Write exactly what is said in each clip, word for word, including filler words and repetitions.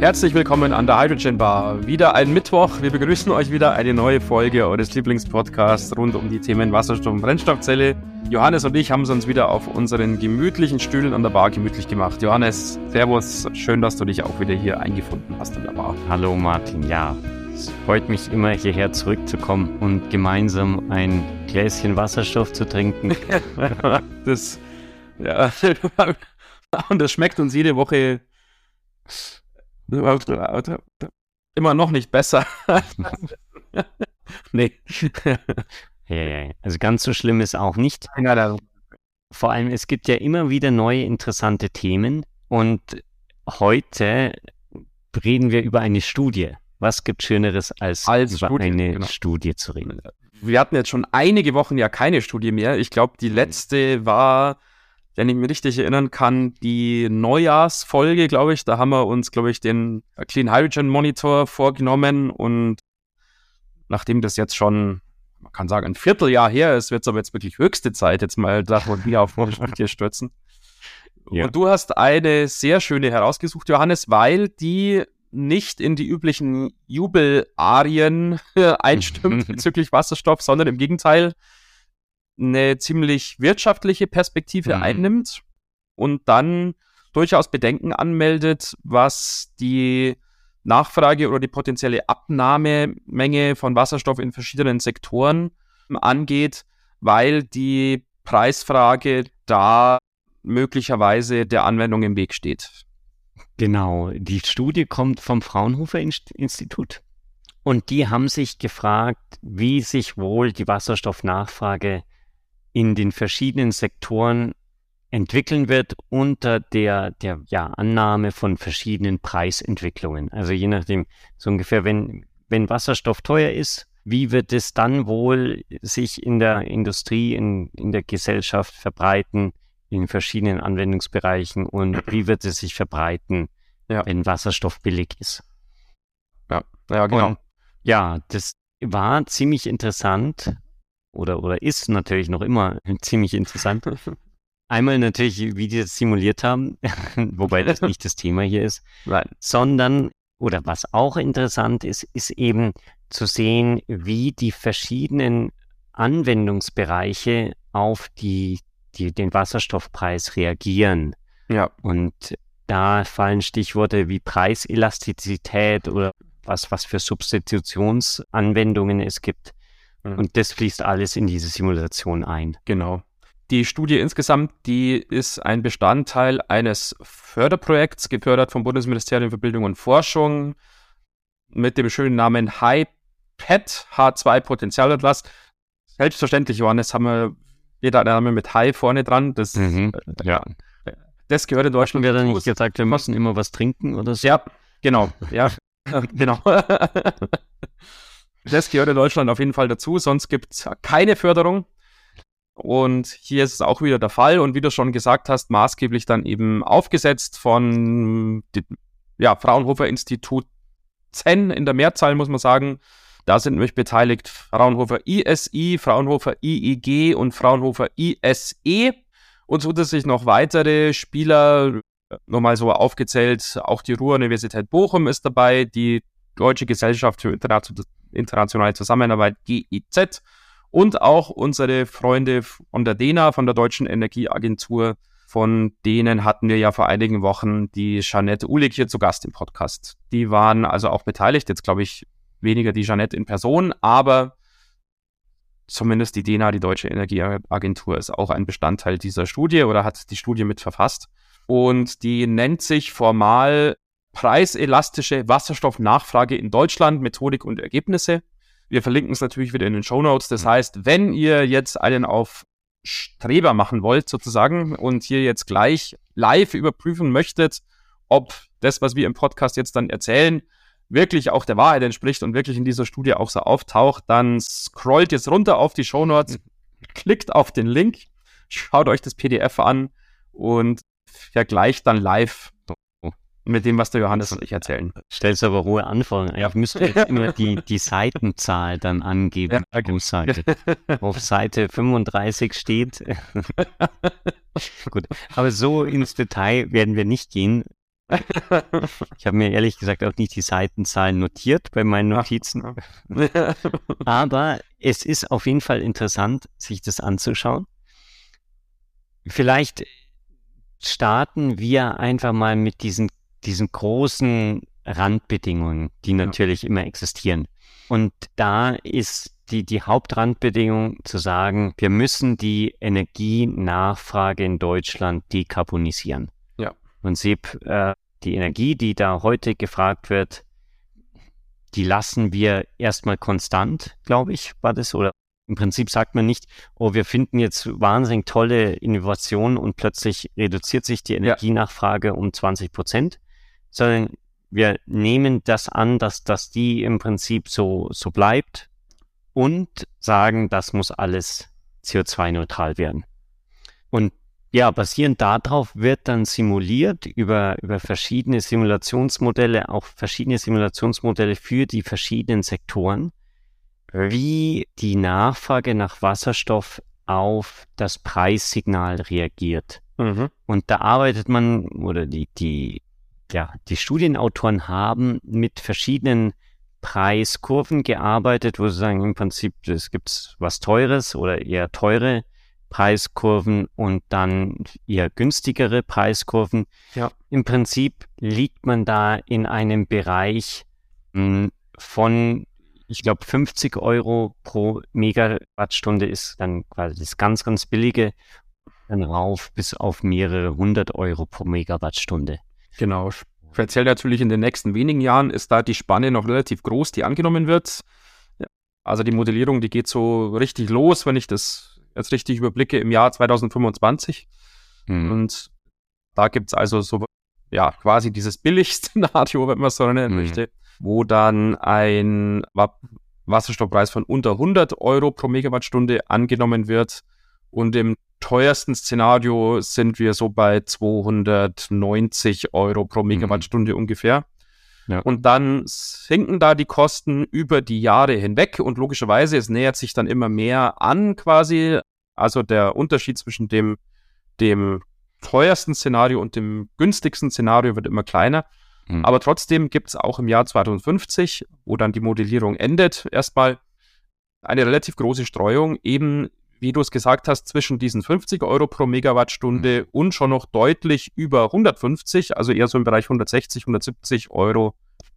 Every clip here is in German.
Herzlich willkommen an der Hydrogen Bar. Wieder ein Mittwoch. Wir begrüßen euch wieder eine neue Folge eures Lieblingspodcasts rund um die Themen Wasserstoff und Brennstoffzelle. Johannes und ich haben es uns wieder auf unseren gemütlichen Stühlen an der Bar gemütlich gemacht. Johannes, servus. Schön, dass du dich auch wieder hier eingefunden hast an der Bar. Hallo Martin, ja. Es freut mich immer, hierher zurückzukommen und gemeinsam ein Gläschen Wasserstoff zu trinken. das, ja, und das schmeckt uns jede Woche immer noch nicht besser. Nee. Ja, ja, also ganz so schlimm ist auch nicht. Nein, nein. Vor allem, es gibt ja immer wieder neue interessante Themen und heute reden wir über eine Studie. Was gibt Schöneres, als, als über Studie, eine genau. Studie zu reden? Wir hatten jetzt schon einige Wochen ja keine Studie mehr. Ich glaube, die letzte war, wenn ich mich richtig erinnern kann, die Neujahrsfolge, glaube ich. Da haben wir uns, glaube ich, den Clean Hydrogen Monitor vorgenommen. Und nachdem das jetzt schon, man kann sagen, ein Vierteljahr her ist, wird es aber jetzt wirklich höchste Zeit, jetzt mal da wieder auf die Studie stürzen. Ja. Und du hast eine sehr schöne herausgesucht, Johannes, weil die nicht in die üblichen Jubelarien einstimmt bezüglich Wasserstoff, sondern im Gegenteil eine ziemlich wirtschaftliche Perspektive mhm. einnimmt und dann durchaus Bedenken anmeldet, was die Nachfrage oder die potenzielle Abnahmemenge von Wasserstoff in verschiedenen Sektoren angeht, weil die Preisfrage da möglicherweise der Anwendung im Weg steht. Genau, die Studie kommt vom Fraunhofer-Institut und die haben sich gefragt, wie sich wohl die Wasserstoffnachfrage in den verschiedenen Sektoren entwickeln wird unter der, der ja, Annahme von verschiedenen Preisentwicklungen. Also je nachdem, so ungefähr, wenn, wenn Wasserstoff teuer ist, wie wird es dann wohl sich in der Industrie, in, in der Gesellschaft verbreiten, in verschiedenen Anwendungsbereichen und wie wird es sich verbreiten, ja. wenn Wasserstoff billig ist. Ja, ja genau. Und, ja, das war ziemlich interessant oder, oder ist natürlich noch immer ziemlich interessant. Einmal natürlich, wie die das simuliert haben, wobei das nicht das Thema hier ist, Nein. sondern, oder was auch interessant ist, ist eben zu sehen, wie die verschiedenen Anwendungsbereiche auf die die den Wasserstoffpreis reagieren. Ja. Und da fallen Stichworte wie Preiselastizität oder was, was für Substitutionsanwendungen es gibt. Mhm. Und das fließt alles in diese Simulation ein. Genau. Die Studie insgesamt, die ist ein Bestandteil eines Förderprojekts, gefördert vom Bundesministerium für Bildung und Forschung mit dem schönen Namen HyPET, H zwei Potentialatlas. Selbstverständlich, Johannes, haben wir jeder Name mit Hi vorne dran. Das, mhm, ja. das gehört in Deutschland. Haben wir dann nicht gesagt, wir müssen immer was trinken oder so? Ja, genau. Ja, genau. Das gehört in Deutschland auf jeden Fall dazu, sonst gibt es keine Förderung. Und hier ist es auch wieder der Fall. Und wie du schon gesagt hast, maßgeblich dann eben aufgesetzt von dem, ja, Fraunhofer Institut Zen in der Mehrzahl, muss man sagen. Da sind nämlich beteiligt Fraunhofer I S I, Fraunhofer I I G und Fraunhofer I S E. Und zusätzlich noch weitere Spieler, nochmal so aufgezählt, auch die Ruhr-Universität Bochum ist dabei, die Deutsche Gesellschaft für internationale Zusammenarbeit, G I Z, und auch unsere Freunde von der D E N A, von der Deutschen Energieagentur. Von denen hatten wir ja vor einigen Wochen die Jeanette Uhlig hier zu Gast im Podcast. Die waren also auch beteiligt, jetzt glaube ich, weniger die Jeanette in Person, aber zumindest die D E N A, die Deutsche Energieagentur, ist auch ein Bestandteil dieser Studie oder hat die Studie mit verfasst. Und die nennt sich formal Preiselastische Wasserstoffnachfrage in Deutschland, Methodik und Ergebnisse. Wir verlinken es natürlich wieder in den Shownotes. Das heißt, wenn ihr jetzt einen auf Streber machen wollt sozusagen und hier jetzt gleich live überprüfen möchtet, ob das, was wir im Podcast jetzt dann erzählen, wirklich auch der Wahrheit entspricht und wirklich in dieser Studie auch so auftaucht, dann scrollt jetzt runter auf die Shownotes, klickt auf den Link, schaut euch das P D F an und vergleicht dann live mit dem, was der Johannes und ich erzählen. Stellst aber hohe Anforderungen. Ja, ich müsste jetzt immer die, die Seitenzahl dann angeben. Ja, pro Seite. Auf Seite fünfunddreißig steht. Gut, aber so ins Detail werden wir nicht gehen. Ich habe mir ehrlich gesagt auch nicht die Seitenzahlen notiert bei meinen Notizen. Aber es ist auf jeden Fall interessant, sich das anzuschauen. Vielleicht starten wir einfach mal mit diesen, diesen großen Randbedingungen, die natürlich ja. immer existieren. Und da ist die, die Hauptrandbedingung zu sagen, wir müssen die Energienachfrage in Deutschland dekarbonisieren. Ja. Im Prinzip äh, die Energie, die da heute gefragt wird, die lassen wir erstmal konstant, glaube ich, war das. Oder im Prinzip sagt man nicht, oh, wir finden jetzt wahnsinnig tolle Innovationen und plötzlich reduziert sich die Energienachfrage ja. um zwanzig Prozent, sondern wir nehmen das an, dass, dass die im Prinzip so, so bleibt und sagen, das muss alles C O zwei neutral werden. Und ja, basierend darauf wird dann simuliert über, über verschiedene Simulationsmodelle, auch verschiedene Simulationsmodelle für die verschiedenen Sektoren, wie die Nachfrage nach Wasserstoff auf das Preissignal reagiert. Mhm. Und da arbeitet man, oder die, die, ja, die Studienautoren haben mit verschiedenen Preiskurven gearbeitet, wo sie sagen, im Prinzip, es gibt was Teures oder eher teure Preiskurven und dann eher günstigere Preiskurven. Ja. Im Prinzip liegt man da in einem Bereich mh, von, ich glaube, fünfzig Euro pro Megawattstunde ist dann quasi das ganz, ganz billige, dann rauf bis auf mehrere hundert Euro pro Megawattstunde. Genau. Speziell natürlich in den nächsten wenigen Jahren ist da die Spanne noch relativ groß, die angenommen wird. Also die Modellierung, die geht so richtig los, wenn ich das jetzt richtig überblicke, im Jahr zweitausendfünfundzwanzig. Mhm. Und da gibt es also so, ja, quasi dieses Billig-Szenario, wenn man es so nennen mhm. möchte, wo dann ein Wasserstoffpreis von unter hundert Euro pro Megawattstunde angenommen wird. Und im teuersten Szenario sind wir so bei zweihundertneunzig Euro pro Megawattstunde mhm. ungefähr. Ja. Und dann sinken da die Kosten über die Jahre hinweg und logischerweise, es nähert sich dann immer mehr an quasi. Also der Unterschied zwischen dem, dem teuersten Szenario und dem günstigsten Szenario wird immer kleiner. Mhm. Aber trotzdem gibt es auch im Jahr zweitausendfünfzig, wo dann die Modellierung endet, erstmal eine relativ große Streuung, eben wie du es gesagt hast, zwischen diesen fünfzig Euro pro Megawattstunde mhm. und schon noch deutlich über hundertfünfzig, also eher so im Bereich hundertsechzig, hundertsiebzig Euro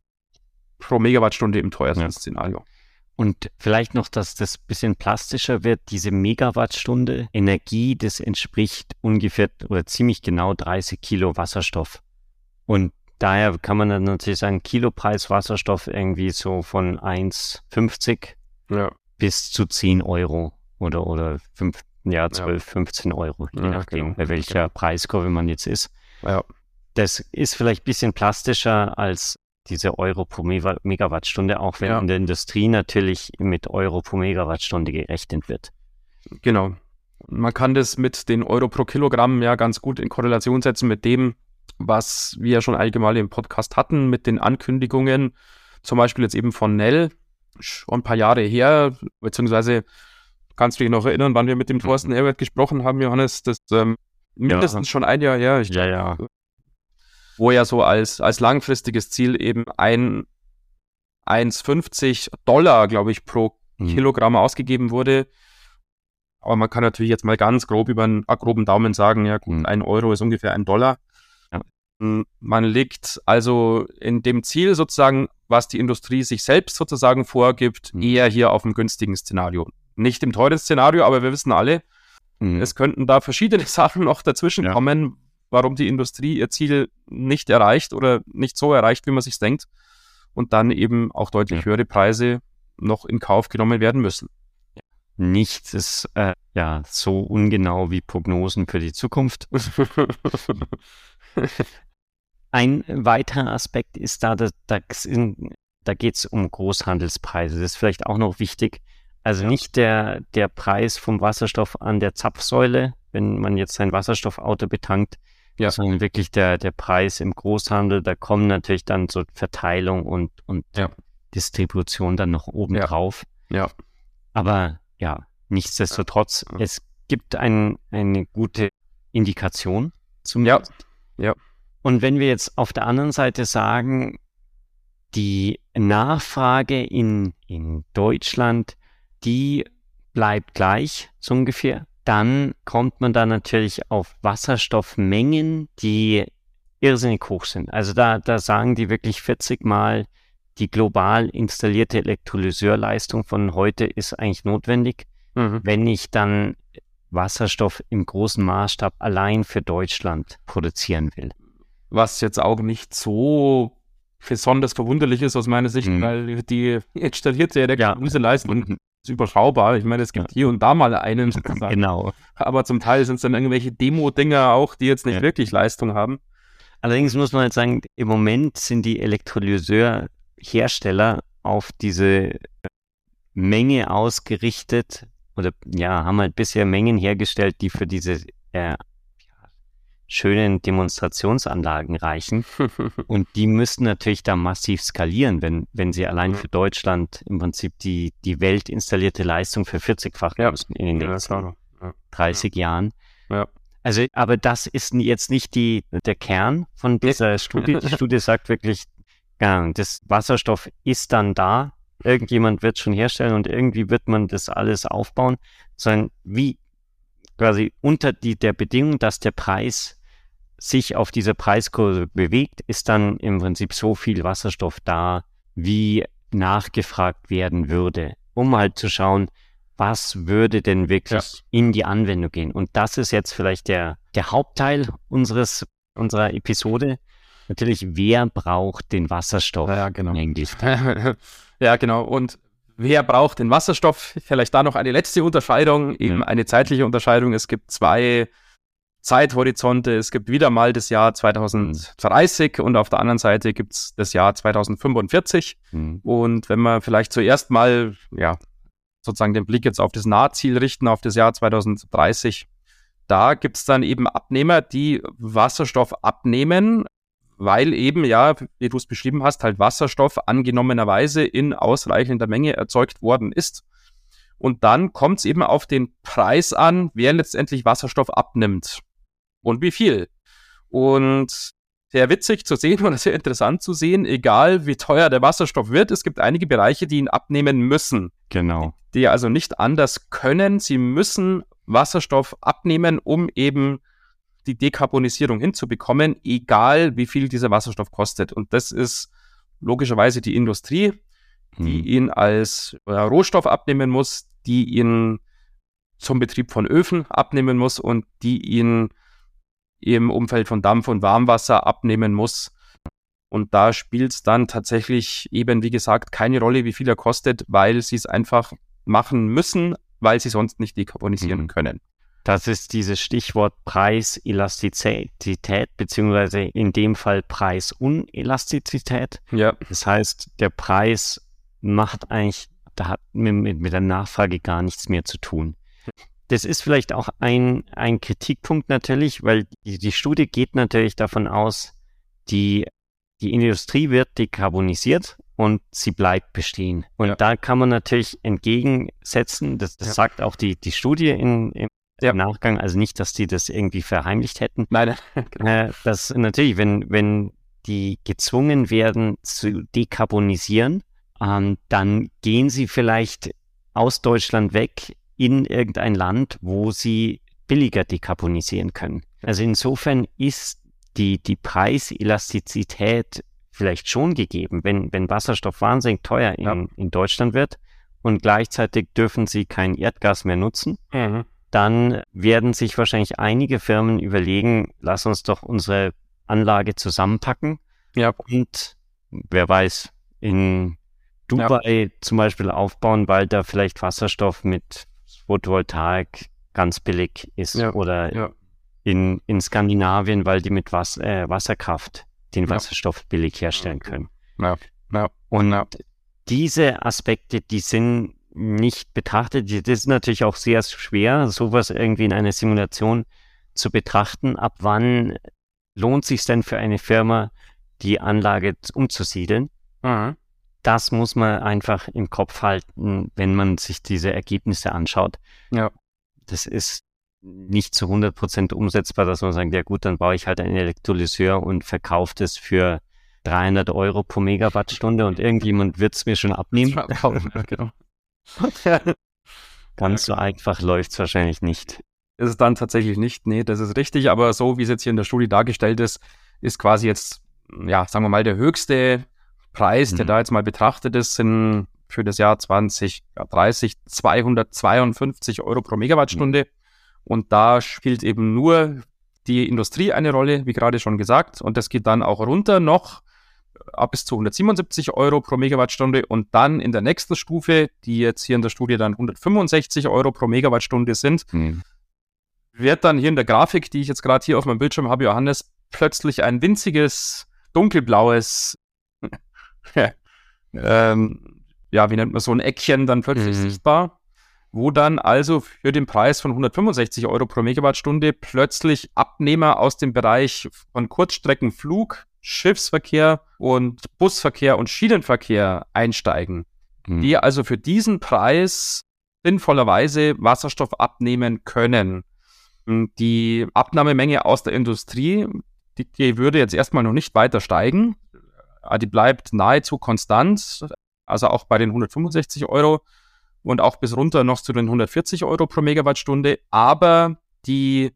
pro Megawattstunde im teuersten ja. Szenario. Und vielleicht noch, dass das ein bisschen plastischer wird, diese Megawattstunde Energie, das entspricht ungefähr oder ziemlich genau dreißig Kilo Wasserstoff. Und daher kann man dann natürlich sagen, Kilopreis Wasserstoff irgendwie so von eins Komma fünfzig ja. bis zu zehn Euro. Oder, oder fünf, ja, zwölf, fünfzehn Euro, je ja, nachdem, genau. bei welcher genau. Preiskurve man jetzt ist. Ja. Das ist vielleicht ein bisschen plastischer als diese Euro pro Mega- Megawattstunde, auch wenn ja. in der Industrie natürlich mit Euro pro Megawattstunde gerechnet wird. Genau. Man kann das mit den Euro pro Kilogramm ja ganz gut in Korrelation setzen mit dem, was wir schon allgemein im Podcast hatten, mit den Ankündigungen, zum Beispiel jetzt eben von Nel, schon ein paar Jahre her, beziehungsweise kannst du dich noch erinnern, wann wir mit dem Thorsten Ehrwert gesprochen haben, Johannes? Das ähm, mindestens ja. schon ein Jahr her. Ich ja, ja. Wo ja so als, als langfristiges Ziel eben ein eins Komma fünfzig Dollar, glaube ich, pro mhm. Kilogramm ausgegeben wurde. Aber man kann natürlich jetzt mal ganz grob über einen groben Daumen sagen, ja gut, mhm. ein Euro ist ungefähr ein Dollar. Ja. Man liegt also in dem Ziel sozusagen, was die Industrie sich selbst sozusagen vorgibt, mhm. eher hier auf dem günstigen Szenario. Nicht im teuren Szenario, aber wir wissen alle, mhm. es könnten da verschiedene Sachen noch dazwischen ja. kommen, warum die Industrie ihr Ziel nicht erreicht oder nicht so erreicht, wie man sich denkt. Und dann eben auch deutlich ja. höhere Preise noch in Kauf genommen werden müssen. Nichts ist äh, ja so ungenau wie Prognosen für die Zukunft. Ein weiterer Aspekt ist da, da, da, da geht es um Großhandelspreise. Das ist vielleicht auch noch wichtig. Also ja. nicht der, der Preis vom Wasserstoff an der Zapfsäule, wenn man jetzt sein Wasserstoffauto betankt, ja. sondern wirklich der, der Preis im Großhandel. Da kommen natürlich dann so Verteilung und, und ja. Distribution dann noch oben ja. drauf. Ja. Aber ja, nichtsdestotrotz, ja. es gibt ein, eine gute Indikation zumindest. Ja. ja. Und wenn wir jetzt auf der anderen Seite sagen, die Nachfrage in, in Deutschland, die bleibt gleich, so ungefähr, dann kommt man da natürlich auf Wasserstoffmengen, die irrsinnig hoch sind. Also da, da sagen die wirklich vierzig Mal, die global installierte Elektrolyseurleistung von heute ist eigentlich notwendig, mhm. wenn ich dann Wasserstoff im großen Maßstab allein für Deutschland produzieren will. Was jetzt auch nicht so besonders verwunderlich ist aus meiner Sicht, mhm. weil die installierte Elektrolyseleistung ja. ist überschaubar. Ich meine, es gibt ja. hier und da mal einen, genau. aber zum Teil sind es dann irgendwelche Demo-Dinger auch, die jetzt nicht ja. wirklich Leistung haben. Allerdings muss man halt sagen, im Moment sind die Elektrolyseurhersteller auf diese Menge ausgerichtet oder ja, haben halt bisher Mengen hergestellt, die für diese äh, schönen Demonstrationsanlagen reichen. Und die müssen natürlich da massiv skalieren, wenn, wenn sie allein mhm. für Deutschland im Prinzip die, die weltinstallierte Leistung vervierzigfachen ja. müssen in den nächsten ja, ja. dreißig ja. Jahren. Ja. Also, aber das ist jetzt nicht die, der Kern von dieser Studie. Die Studie sagt wirklich, ja, das Wasserstoff ist dann da. Irgendjemand wird schon herstellen und irgendwie wird man das alles aufbauen, sondern wie quasi unter die, der Bedingung, dass der Preis sich auf dieser Preiskurve bewegt, ist dann im Prinzip so viel Wasserstoff da, wie nachgefragt werden würde, um halt zu schauen, was würde denn wirklich ja. in die Anwendung gehen. Und das ist jetzt vielleicht der, der Hauptteil unseres, unserer Episode. Natürlich, wer braucht den Wasserstoff ja, genau. eigentlich? Ja, genau. Und wer braucht den Wasserstoff? Vielleicht da noch eine letzte Unterscheidung, eben ja. eine zeitliche Unterscheidung. Es gibt zwei Zeithorizonte. Es gibt wieder mal das Jahr zweitausenddreißig mhm. und auf der anderen Seite gibt es das Jahr zweitausendfünfundvierzig. Mhm. Und wenn wir vielleicht zuerst mal, ja, sozusagen den Blick jetzt auf das Nahziel richten, auf das Jahr zweitausenddreißig, da gibt es dann eben Abnehmer, die Wasserstoff abnehmen, weil eben, ja, wie du es beschrieben hast, halt Wasserstoff angenommenerweise in ausreichender Menge erzeugt worden ist. Und dann kommt es eben auf den Preis an, wer letztendlich Wasserstoff abnimmt und wie viel. Und sehr witzig zu sehen oder sehr interessant zu sehen, egal wie teuer der Wasserstoff wird, es gibt einige Bereiche, die ihn abnehmen müssen. Genau. Die also nicht anders können. Sie müssen Wasserstoff abnehmen, um eben die Dekarbonisierung hinzubekommen, egal wie viel dieser Wasserstoff kostet. Und das ist logischerweise die Industrie, die hm. ihn als äh, Rohstoff abnehmen muss, die ihn zum Betrieb von Öfen abnehmen muss und die ihn im Umfeld von Dampf- und Warmwasser abnehmen muss. Und da spielt es dann tatsächlich eben, wie gesagt, keine Rolle, wie viel er kostet, weil sie es einfach machen müssen, weil sie sonst nicht dekarbonisieren hm. können. Das ist dieses Stichwort Preiselastizität, beziehungsweise in dem Fall Preisunelastizität. Ja. Das heißt, der Preis macht eigentlich, da hat mit, mit der Nachfrage gar nichts mehr zu tun. Das ist vielleicht auch ein, ein Kritikpunkt natürlich, weil die, die Studie geht natürlich davon aus, die, die Industrie wird dekarbonisiert und sie bleibt bestehen. Und ja. da kann man natürlich entgegensetzen, das, das ja. sagt auch die, die Studie in, im Ja. im Nachgang, also nicht, dass die das irgendwie verheimlicht hätten. Nein. Genau. Äh, dass natürlich, wenn, wenn die gezwungen werden zu dekarbonisieren, ähm, dann gehen sie vielleicht aus Deutschland weg in irgendein Land, wo sie billiger dekarbonisieren können. Also insofern ist die, die Preiselastizität vielleicht schon gegeben, wenn, wenn Wasserstoff wahnsinnig teuer in, ja. in Deutschland wird und gleichzeitig dürfen sie kein Erdgas mehr nutzen. Mhm. Dann werden sich wahrscheinlich einige Firmen überlegen, lass uns doch unsere Anlage zusammenpacken. Ja. Und wer weiß, in Dubai ja. zum Beispiel aufbauen, weil da vielleicht Wasserstoff mit Photovoltaik ganz billig ist. Ja. Oder ja. in, in Skandinavien, weil die mit Was, äh, Wasserkraft den Wasserstoff ja. billig herstellen können. Ja. Ja. Und ja. diese Aspekte, die sind nicht betrachtet. Das ist natürlich auch sehr schwer, sowas irgendwie in einer Simulation zu betrachten. Ab wann lohnt es sich denn für eine Firma, die Anlage umzusiedeln? Mhm. Das muss man einfach im Kopf halten, wenn man sich diese Ergebnisse anschaut. Ja. Das ist nicht zu hundert Prozent umsetzbar, dass man sagt, ja gut, dann baue ich halt einen Elektrolyseur und verkaufe das für dreihundert Euro pro Megawattstunde und irgendjemand wird es mir schon abnehmen. Genau. Ganz so einfach läuft es wahrscheinlich nicht. Ist es dann tatsächlich nicht, nee, das ist richtig, aber so wie es jetzt hier in der Studie dargestellt ist, ist quasi jetzt, ja, sagen wir mal, der höchste Preis, mhm. der da jetzt mal betrachtet ist, sind für das Jahr zwanzig dreißig zweihundertzweiundfünfzig Euro pro Megawattstunde. Mhm. Und da spielt eben nur die Industrie eine Rolle, wie gerade schon gesagt. Und das geht dann auch runter noch ab bis zu hundertsiebenundsiebzig Euro pro Megawattstunde. Und dann in der nächsten Stufe, die jetzt hier in der Studie dann hundertfünfundsechzig Euro pro Megawattstunde sind, mhm. wird dann hier in der Grafik, die ich jetzt gerade hier auf meinem Bildschirm habe, Johannes, plötzlich ein winziges, dunkelblaues, ähm, ja, wie nennt man so ein Eckchen dann plötzlich mhm. sichtbar, wo dann also für den Preis von hundertfünfundsechzig Euro pro Megawattstunde plötzlich Abnehmer aus dem Bereich von Kurzstreckenflug, Schiffsverkehr und Busverkehr und Schienenverkehr einsteigen, mhm. die also für diesen Preis sinnvollerweise Wasserstoff abnehmen können. Die Abnahmemenge aus der Industrie, die, die würde jetzt erstmal noch nicht weiter steigen. Die bleibt nahezu konstant, also auch bei den hundertfünfundsechzig Euro und auch bis runter noch zu den hundertvierzig Euro pro Megawattstunde. Aber die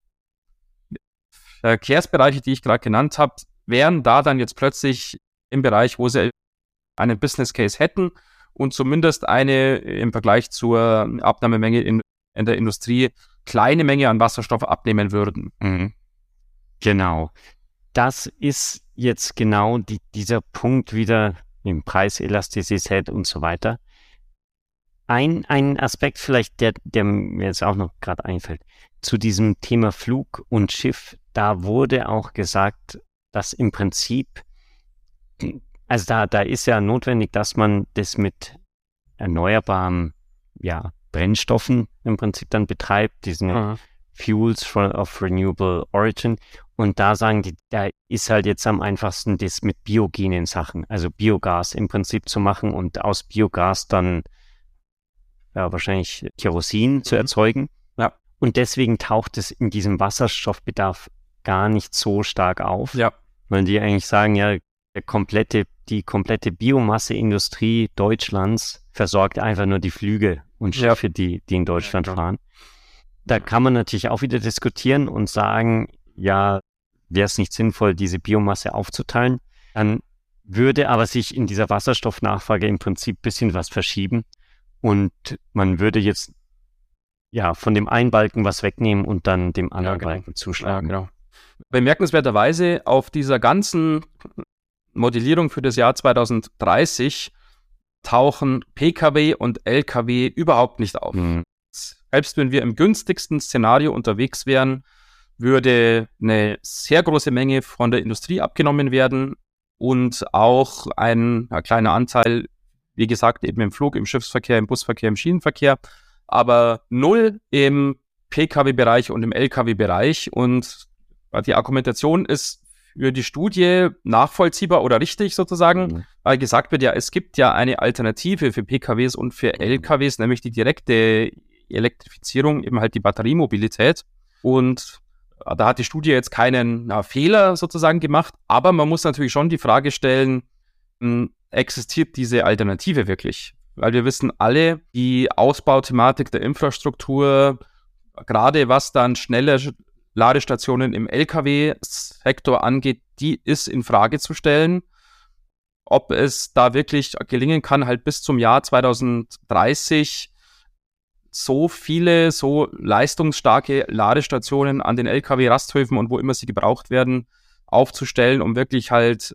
Verkehrsbereiche, die ich gerade genannt habe, wären da dann jetzt plötzlich im Bereich, wo sie einen Business Case hätten und zumindest eine im Vergleich zur Abnahmemenge in, in der Industrie kleine Menge an Wasserstoff abnehmen würden. Mhm. Genau. Das ist jetzt genau die, dieser Punkt wieder im Preiselastizität und so weiter. Ein, ein Aspekt vielleicht, der, der mir jetzt auch noch gerade einfällt, zu diesem Thema Flug und Schiff, da wurde auch gesagt, dass im Prinzip, also da, da ist ja notwendig, dass man das mit erneuerbaren, ja, Brennstoffen im Prinzip dann betreibt, diesen mhm. Fuels of Renewable Origin. Und da sagen die, da ist halt jetzt am einfachsten das mit biogenen Sachen, also Biogas im Prinzip zu machen und aus Biogas dann ja, wahrscheinlich Kerosin mhm. zu erzeugen. Ja. Und deswegen taucht es in diesem Wasserstoffbedarf gar nicht so stark auf, ja. weil die eigentlich sagen, ja, der komplette, die komplette Biomasseindustrie Deutschlands versorgt einfach nur die Flüge und Schiffe, ja. die, die in Deutschland ja, fahren. Da kann man natürlich auch wieder diskutieren und sagen, ja, wäre es nicht sinnvoll, diese Biomasse aufzuteilen, dann würde aber sich in dieser Wasserstoffnachfrage im Prinzip ein bisschen was verschieben und man würde jetzt ja von dem einen Balken was wegnehmen und dann dem anderen ja, genau. Balken zuschlagen. Ja, genau. Bemerkenswerterweise auf dieser ganzen Modellierung für das Jahr zweitausenddreißig tauchen P K W und L K W überhaupt nicht auf. Mhm. Selbst wenn wir im günstigsten Szenario unterwegs wären, würde eine sehr große Menge von der Industrie abgenommen werden und auch ein, ein kleiner Anteil, wie gesagt, eben im Flug, im Schiffsverkehr, im Busverkehr, im Schienenverkehr, aber null im P K W-Bereich und im L K W-Bereich. Und die Argumentation ist für die Studie nachvollziehbar oder richtig sozusagen, mhm. weil gesagt wird, ja, es gibt ja eine Alternative für P K Ws und für L K Ws, nämlich die direkte Elektrifizierung, eben halt die Batteriemobilität. Und da hat die Studie jetzt keinen na, Fehler sozusagen gemacht, aber man muss natürlich schon die Frage stellen, mh, existiert diese Alternative wirklich? Weil wir wissen alle, die Ausbauthematik der Infrastruktur, gerade was dann schnelle Ladestationen im L K W-Sektor angeht, die ist in Frage zu stellen. Ob es da wirklich gelingen kann, halt bis zum Jahr zweitausenddreißig so viele, so leistungsstarke Ladestationen an den L K W-Rasthöfen und wo immer sie gebraucht werden, aufzustellen, um wirklich halt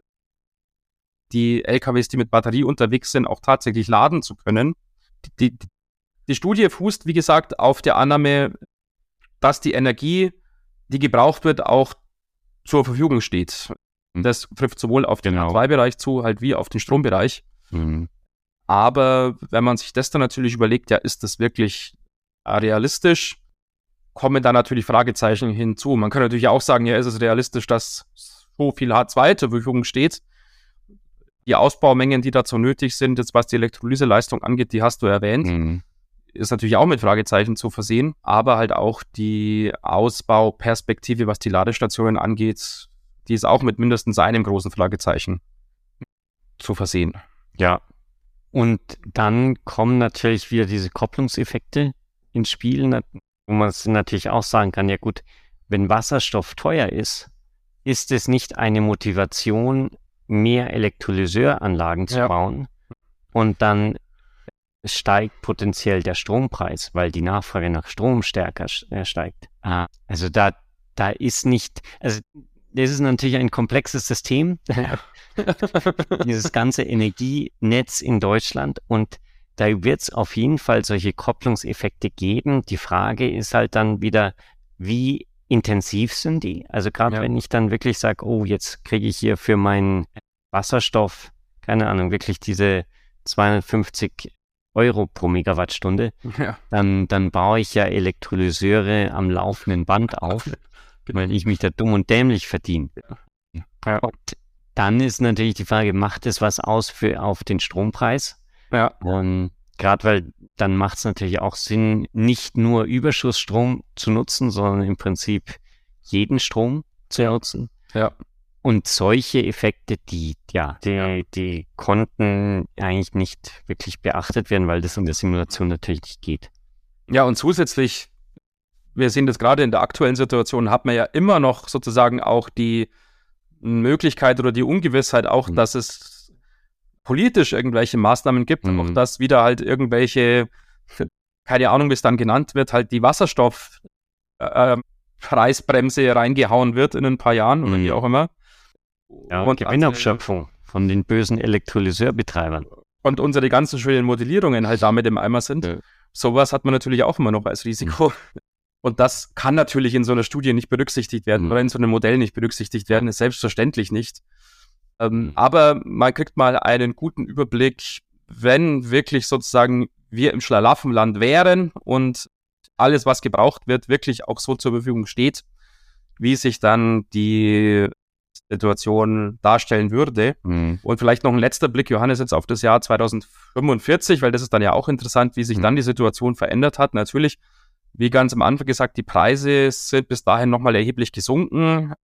die L K Ws, die mit Batterie unterwegs sind, auch tatsächlich laden zu können. Die, die, die Studie fußt, wie gesagt, auf der Annahme, dass die Energie, die gebraucht wird, auch zur Verfügung steht. Das trifft sowohl auf den genau. C O zwei Bereich zu, halt wie auf den Strombereich. Mhm. Aber wenn man sich das dann natürlich überlegt, ja, ist das wirklich realistisch, kommen da natürlich Fragezeichen hinzu. Man kann natürlich auch sagen, ja, ist es realistisch, dass so viel H zwei zur Verfügung steht. Die Ausbaumengen, die dazu nötig sind, jetzt was die Elektrolyseleistung angeht, die hast du erwähnt. Mhm. ist natürlich auch mit Fragezeichen zu versehen, aber halt auch die Ausbauperspektive, was die Ladestationen angeht, die ist auch mit mindestens einem großen Fragezeichen zu versehen. Ja, und dann kommen natürlich wieder diese Kopplungseffekte ins Spiel, wo man natürlich auch sagen kann, ja gut, wenn Wasserstoff teuer ist, ist es nicht eine Motivation, mehr Elektrolyseuranlagen zu Ja. bauen und dann steigt potenziell der Strompreis, weil die Nachfrage nach Strom stärker äh, steigt. Ah, also da, da ist nicht, also das ist natürlich ein komplexes System, dieses ganze Energienetz in Deutschland, und da wird es auf jeden Fall solche Kopplungseffekte geben. Die Frage ist halt dann wieder, wie intensiv sind die? Also gerade Ja. wenn ich dann wirklich sage, oh, jetzt kriege ich hier für meinen Wasserstoff, keine Ahnung, wirklich diese zweihundertfünfzig Euro pro Megawattstunde, Ja. dann, dann baue ich ja Elektrolyseure am laufenden Band auf, weil ich mich da dumm und dämlich verdiene. Ja. Und dann ist natürlich die Frage, macht es was aus für auf den Strompreis? Ja. Und gerade weil dann macht es natürlich auch Sinn, nicht nur Überschussstrom zu nutzen, sondern im Prinzip jeden Strom zu nutzen. Ja. Und solche Effekte, die, ja, die, die konnten eigentlich nicht wirklich beachtet werden, weil das in der Simulation natürlich nicht geht. Ja, und zusätzlich, wir sehen das gerade in der aktuellen Situation, hat man ja immer noch sozusagen auch die Möglichkeit oder die Ungewissheit auch, Mhm. dass es politisch irgendwelche Maßnahmen gibt, Mhm. auch dass wieder halt irgendwelche, keine Ahnung, wie es dann genannt wird, halt die Wasserstoffpreisbremse reingehauen wird in ein paar Jahren oder Mhm. wie auch immer. Ja, Und Gewinnabschöpfung von den bösen Elektrolyseurbetreibern. und unsere ganzen schönen Modellierungen halt damit im Eimer sind. Ja. Sowas hat man natürlich auch immer noch als Risiko. Und das kann natürlich in so einer Studie nicht berücksichtigt werden Mhm. oder in so einem Modell nicht berücksichtigt werden, ist selbstverständlich nicht. Ähm, Mhm. aber man kriegt mal einen guten Überblick, wenn wirklich sozusagen wir im Schlaraffenland wären und alles, was gebraucht wird, wirklich auch so zur Verfügung steht, wie sich dann die Situation darstellen würde. Mhm. Und vielleicht noch ein letzter Blick, Johannes, jetzt auf das Jahr zweitausendfünfundvierzig, weil das ist dann ja auch interessant, wie sich Mhm. dann die Situation verändert hat. Natürlich, wie ganz am Anfang gesagt, die Preise sind bis dahin nochmal erheblich gesunken.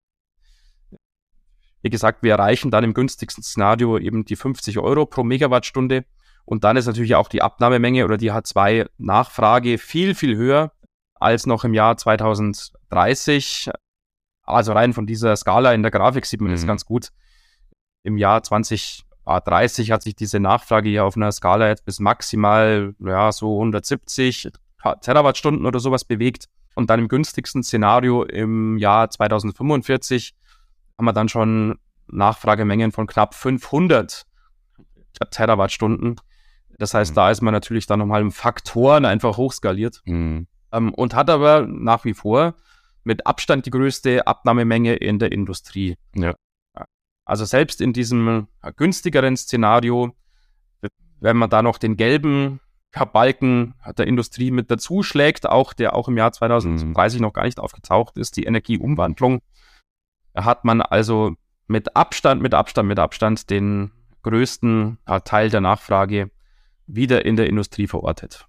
Wie gesagt, wir erreichen dann im günstigsten Szenario eben die fünfzig Euro pro Megawattstunde. Und dann ist natürlich auch die Abnahmemenge oder die H zwei Nachfrage viel, viel höher als noch im Jahr zweitausenddreißig. Also rein von dieser Skala in der Grafik sieht man das Mhm. ganz gut. Im Jahr zweitausenddreißig hat sich diese Nachfrage hier auf einer Skala jetzt bis maximal, ja, so hundertsiebzig Terawattstunden oder sowas bewegt. Und dann im günstigsten Szenario im Jahr zweitausendfünfundvierzig haben wir dann schon Nachfragemengen von knapp fünfhundert Terawattstunden. Das heißt, Mhm. da ist man natürlich dann nochmal um Faktoren einfach hochskaliert. Mhm. Ähm, und hat aber nach wie vor mit Abstand die größte Abnahmemenge in der Industrie. Ja. Also selbst in diesem günstigeren Szenario, wenn man da noch den gelben Balken der Industrie mit dazu schlägt, auch der auch im Jahr zweitausenddreißig noch gar nicht aufgetaucht ist, die Energieumwandlung, hat man also mit Abstand, mit Abstand, mit Abstand den größten Teil der Nachfrage wieder in der Industrie verortet.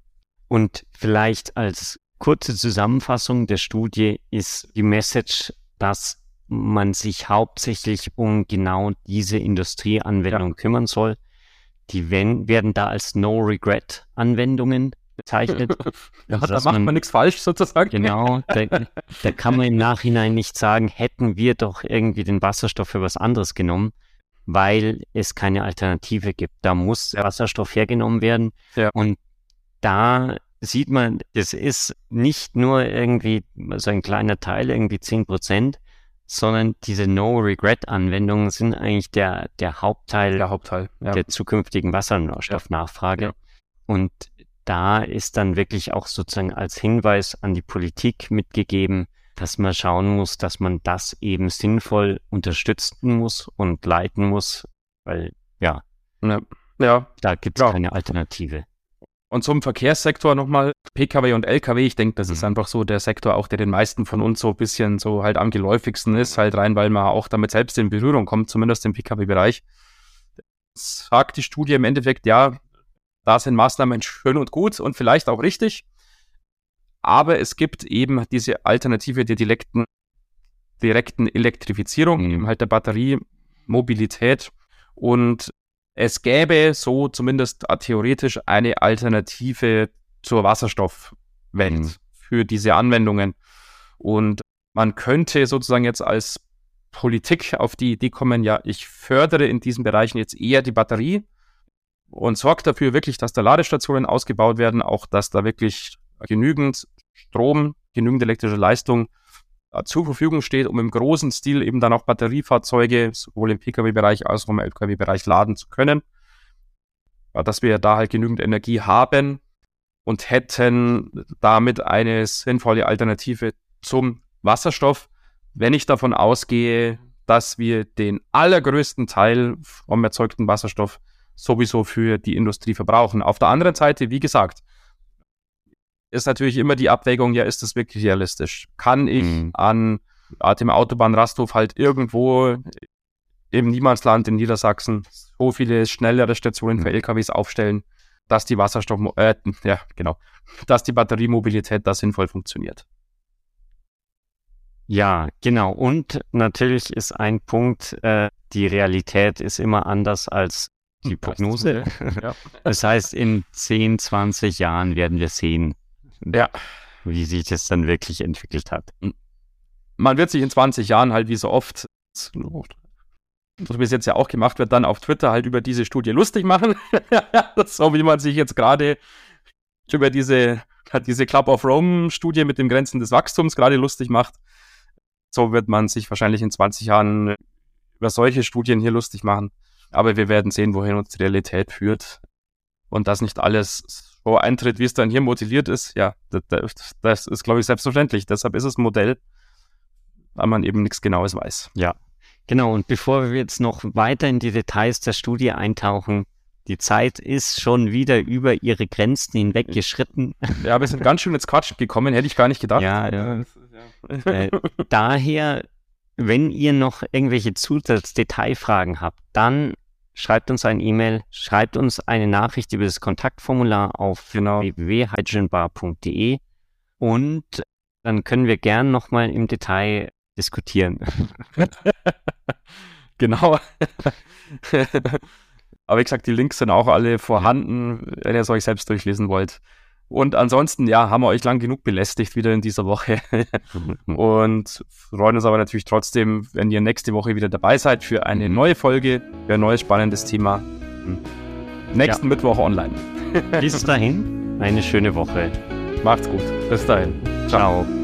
Und vielleicht als kurze Zusammenfassung der Studie ist die Message, dass man sich hauptsächlich um genau diese Industrieanwendung Ja. kümmern soll. Die wen- werden da als No-Regret-Anwendungen bezeichnet. Ja, Also, da dass macht man- man nichts falsch sozusagen. Genau, da, da kann man im Nachhinein nicht sagen, hätten wir doch irgendwie den Wasserstoff für was anderes genommen, weil es keine Alternative gibt. Da muss Ja. Wasserstoff hergenommen werden. Ja. Und da sieht man, es ist nicht nur irgendwie so ein kleiner Teil, irgendwie zehn Prozent, sondern diese No-Regret-Anwendungen sind eigentlich der, der Hauptteil Der Hauptteil. Ja. der zukünftigen Wasserstoffnachfrage. Ja. Und da ist dann wirklich auch sozusagen als Hinweis an die Politik mitgegeben, dass man schauen muss, dass man das eben sinnvoll unterstützen muss und leiten muss, weil ja, Ja. ja. da gibt es Ja. keine Alternative. Und zum Verkehrssektor nochmal, P K W und L K W, ich denke, das ist Mhm. einfach so der Sektor auch, der den meisten von uns so ein bisschen so halt am geläufigsten ist, halt rein, weil man auch damit selbst in Berührung kommt, zumindest im P K W-Bereich. Sagt die Studie im Endeffekt, ja, Da sind Maßnahmen schön und gut und vielleicht auch richtig. Aber es gibt eben diese Alternative der direkten, direkten Elektrifizierung, mhm. eben halt der Batteriemobilität. Und es gäbe so zumindest theoretisch eine Alternative zur Wasserstoffwelt mhm. für diese Anwendungen. Und man könnte sozusagen jetzt als Politik auf die Idee kommen, ja, ich fördere in diesen Bereichen jetzt eher die Batterie und sorge dafür wirklich, dass da Ladestationen ausgebaut werden, auch dass da wirklich genügend Strom, genügend elektrische Leistung äh, zur Verfügung steht, um im großen Stil eben dann auch Batteriefahrzeuge sowohl im Pkw-Bereich als auch im L K W-Bereich laden zu können. Äh, dass wir da halt genügend Energie haben und hätten damit eine sinnvolle Alternative zum Wasserstoff, wenn ich davon ausgehe, dass wir den allergrößten Teil vom erzeugten Wasserstoff sowieso für die Industrie verbrauchen. Auf der anderen Seite, wie gesagt, ist natürlich immer die Abwägung, ja, ist das wirklich realistisch? Kann ich mhm. an dem Autobahnrasthof halt irgendwo im Niemandsland in Niedersachsen so viele schnellere Stationen für L K Ws aufstellen, dass die Wasserstoff, äh, ja, genau, dass die Batteriemobilität da sinnvoll funktioniert? Ja, genau. Und natürlich ist ein Punkt, äh, die Realität ist immer anders als die Prognose. Ja. Das heißt, in zehn, zwanzig Jahren werden wir sehen, ja, wie sich das dann wirklich entwickelt hat. Man wird sich in zwanzig Jahren halt wie so oft, so wie es jetzt ja auch gemacht wird, dann auf Twitter halt über diese Studie lustig machen. So wie man sich jetzt gerade über diese, diese Club of Rome Studie mit den Grenzen des Wachstums gerade lustig macht. So wird man sich wahrscheinlich in zwanzig Jahren über solche Studien hier lustig machen. Aber wir werden sehen, wohin uns die Realität führt. Und dass nicht alles so eintritt, wie es dann hier modelliert ist, ja, das, das ist, glaube ich, selbstverständlich. Deshalb ist es ein Modell, weil man eben nichts Genaues weiß. Ja, genau. Und bevor wir jetzt noch weiter in die Details der Studie eintauchen, die Zeit ist schon wieder über ihre Grenzen hinweg geschritten. Ja, wir sind ganz schön ins Quatschen gekommen, hätte ich gar nicht gedacht. Ja, ja. Äh, daher, wenn ihr noch irgendwelche Zusatzdetailfragen habt, dann schreibt uns ein E-Mail, schreibt uns eine Nachricht über das Kontaktformular auf genau. w w w punkt hydrogenbar punkt d e und dann können wir gern nochmal im Detail diskutieren. Genau. Aber wie gesagt, die Links sind auch alle vorhanden, wenn ihr es euch selbst durchlesen wollt. Und ansonsten, ja, haben wir euch lang genug belästigt wieder in dieser Woche. Und freuen uns aber natürlich trotzdem, wenn ihr nächste Woche wieder dabei seid für eine neue Folge, für ein neues spannendes Thema. Nächsten ja. Mittwoch online. Bis dahin, eine schöne Woche. Macht's gut. Bis dahin. Ciao. Ciao.